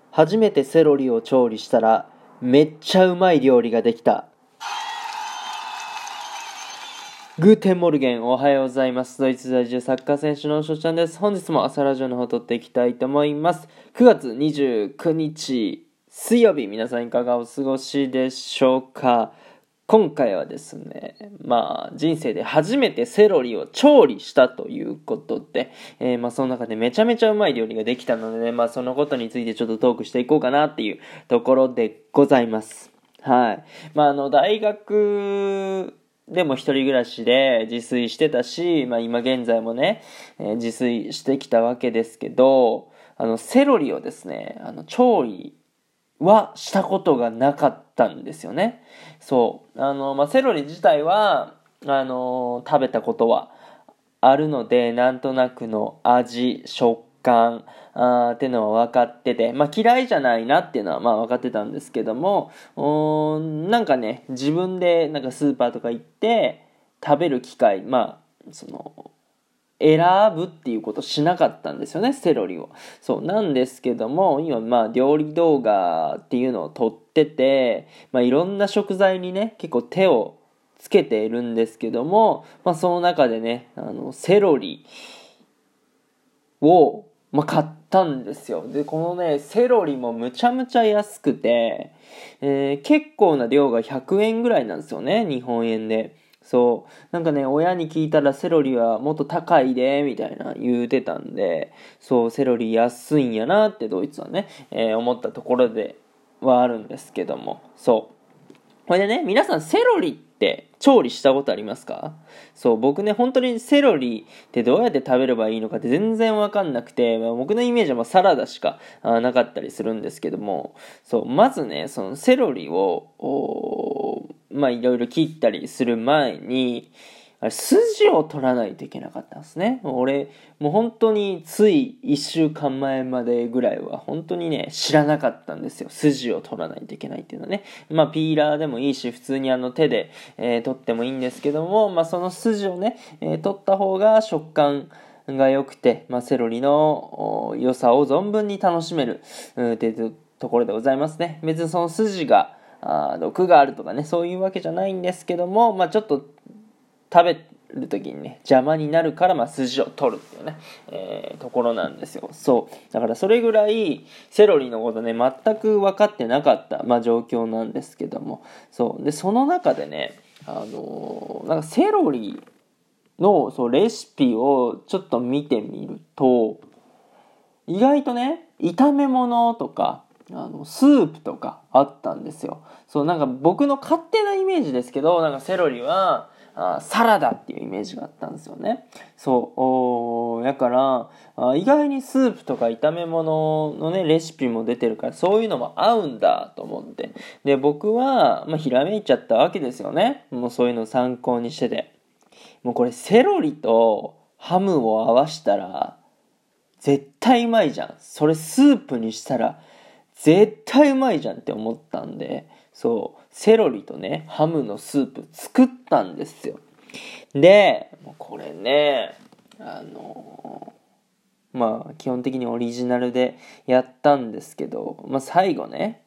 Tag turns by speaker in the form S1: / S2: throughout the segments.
S1: 初めてセロリを調理したらめっちゃうまい料理ができた。グーテンモルゲン、おはようございます。ドイツ在住サッカー選手のしょちゃんです。本日も朝ラジオの方撮っていきたいと思います。9月29日水曜日、皆さんいかがお過ごしでしょうか。今回はですね、人生で初めてセロリを調理したということで、その中でめちゃめちゃうまい料理ができたのでね、そのことについてちょっとトークしていこうかなっていうところでございます。はい。大学でも一人暮らしで自炊してたし、今現在もね、自炊してきたわけですけど、セロリをですね、調理はしたことがなかったんですよね。そう。セロリ自体は、食べたことはあるので、なんとなくの味、食感、っていうのは分かってて、嫌いじゃないなっていうのは分かってたんですけども、なんかね、自分でなんかスーパーとか行って食べる機会、選ぶっていうことしなかったんですよね、セロリを。そうなんですけども、今料理動画っていうのを撮ってて、いろんな食材にね結構手をつけているんですけども、その中でねセロリを、買ったんですよ。でこのねセロリもむちゃむちゃ安くて、結構な量が100円ぐらいなんですよね、日本円で。そうなんかね、親に聞いたらセロリはもっと高いでみたいな言うてたんで、そうセロリ安いんやなってドイツはね、思ったところではあるんですけども、そうこれでね、皆さんセロリって調理したことありますか？そう、僕ね、本当にセロリってどうやって食べればいいのかって全然わかんなくて、僕のイメージはサラダしかなかったりするんですけども、そう、まずね、そのセロリを、いろいろ切ったりする前に、筋を取らないといけなかったんですね。俺、もう本当につい1週間前までぐらいは本当にね、知らなかったんですよ。筋を取らないといけないっていうのはね。ピーラーでもいいし、普通に手で、取ってもいいんですけども、その筋をね、取った方が食感が良くて、セロリの良さを存分に楽しめる、っていうところでございますね。別にその筋が、毒があるとかね、そういうわけじゃないんですけども、ちょっと食べる時にね邪魔になるから、筋を取るっていうね、ところなんですよ。そうだからそれぐらいセロリのことね全く分かってなかった、状況なんですけども、そうでその中でねなんかセロリのレシピをちょっと見てみると、意外とね炒め物とかスープとかあったんですよ。そうなんか僕の勝手なイメージですけど、なんかセロリはサラダっていうイメージがあったんですよね。そうだから意外にスープとか炒め物のねレシピも出てるから、そういうのも合うんだと思って、で僕はひらめいちゃったわけですよね。もうそういうのを参考にしてて、もうこれセロリとハムを合わしたら絶対うまいじゃん、それスープにしたら絶対うまいじゃんって思ったんで、そうセロリとねハムのスープ作ったんですよ。でこれね基本的にオリジナルでやったんですけど、最後ね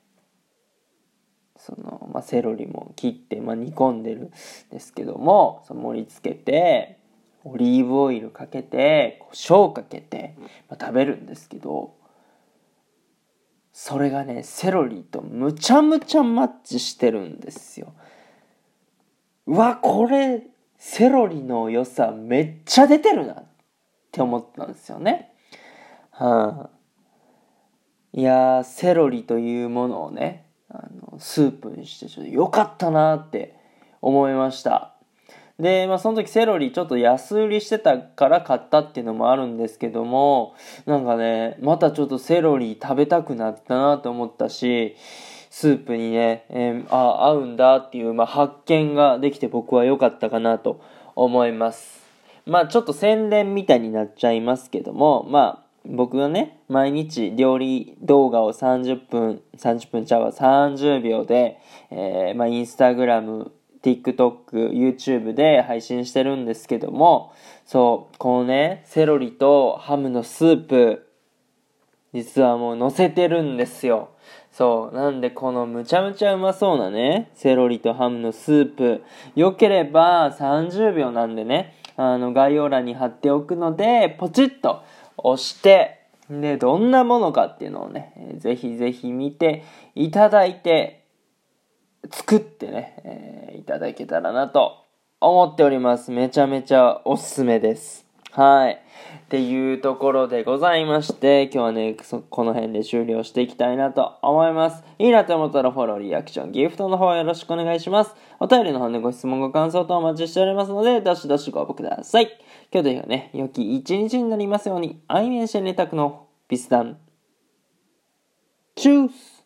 S1: セロリも切って、煮込んでるんですけども、盛り付けてオリーブオイルかけて胡椒かけて、食べるんですけど、それがねセロリとむちゃむちゃマッチしてるんですよ。うわこれセロリの良さめっちゃ出てるなって思ったんですよね。いやー、セロリというものをねスープにしてちょっと良かったなって思いました。で、その時セロリちょっと安売りしてたから買ったっていうのもあるんですけども、なんかねまたちょっとセロリ食べたくなったなと思ったし、スープにね、合うんだっていう、発見ができて僕は良かったかなと思います。ちょっと宣伝みたいになっちゃいますけども、僕がね毎日料理動画を30秒で、インスタグラム、TikTok、YouTube で配信してるんですけども、そうこのねセロリとハムのスープ実はもう乗せてるんですよ。そう。なんでこのむちゃむちゃうまそうなね、セロリとハムのスープ、良ければ30秒なんでね、概要欄に貼っておくので、ポチッと押して、で、どんなものかっていうのをね、ぜひぜひ見ていただいて、作ってね、いただけたらなと思っております。めちゃめちゃおすすめです。はい。っていうところでございまして、今日はね、この辺で終了していきたいなと思います。いいなと思ったらフォロー、リアクション、ギフトの方よろしくお願いします。お便りの方でご質問、ご感想とお待ちしておりますので、どしどしご応募ください。今日という日はね、良き一日になりますように、アイメンシェネタクのビスダン。チュース